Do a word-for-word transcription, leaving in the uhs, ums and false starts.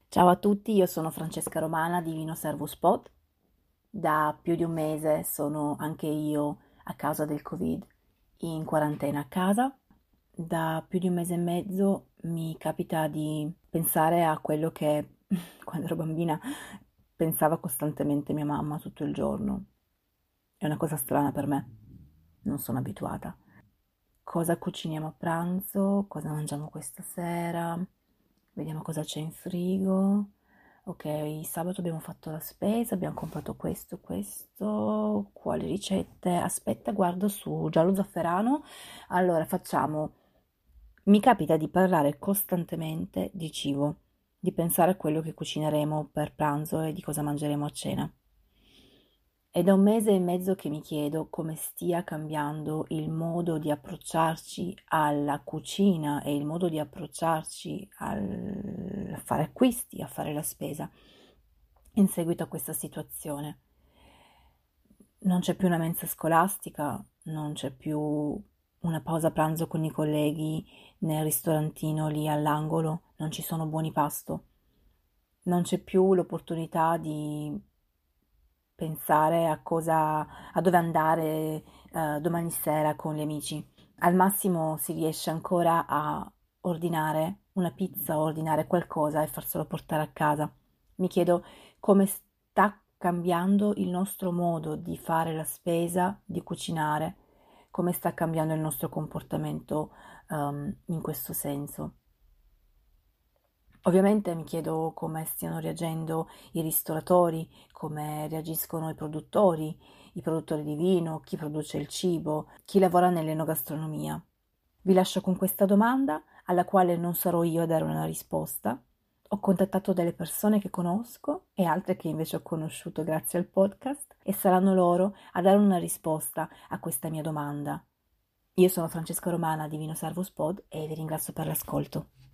Ciao a tutti, io sono Francesca Romana di Vino Servus Pod. Da più di un mese sono anche io, a causa del Covid, in quarantena a casa. Da più di un mese e mezzo mi capita di pensare a quello che quando ero bambina pensava costantemente mia mamma tutto il giorno. È una cosa strana per me, non sono abituata. Cosa cuciniamo a pranzo, cosa mangiamo questa sera, vediamo cosa c'è in frigo. Ok, sabato abbiamo fatto la spesa, abbiamo comprato questo, questo, quali ricette? Aspetta, guardo su giallo zafferano. Allora facciamo, mi capita di parlare costantemente di cibo, di pensare a quello che cucineremo per pranzo e di cosa mangeremo a cena. È da un mese e mezzo che mi chiedo come stia cambiando il modo di approcciarci alla cucina e il modo di approcciarci al a fare acquisti, a fare la spesa in seguito a questa situazione. Non c'è più una mensa scolastica, non c'è più una pausa pranzo con i colleghi nel ristorantino lì all'angolo, non ci sono buoni pasto, non c'è più l'opportunità di pensare a cosa, a dove andare eh, domani sera con gli amici. Al massimo si riesce ancora a ordinare una pizza o ordinare qualcosa e farselo portare a casa. Mi chiedo come sta cambiando il nostro modo di fare la spesa, di cucinare, come sta cambiando il nostro comportamento ehm, in questo senso. Ovviamente mi chiedo come stiano reagendo i ristoratori, come reagiscono i produttori, i produttori di vino, chi produce il cibo, chi lavora nell'enogastronomia. Vi lascio con questa domanda alla quale non sarò io a dare una risposta. Ho contattato delle persone che conosco e altre che invece ho conosciuto grazie al podcast e saranno loro a dare una risposta a questa mia domanda. Io sono Francesca Romana di Vino Servus Pod e vi ringrazio per l'ascolto.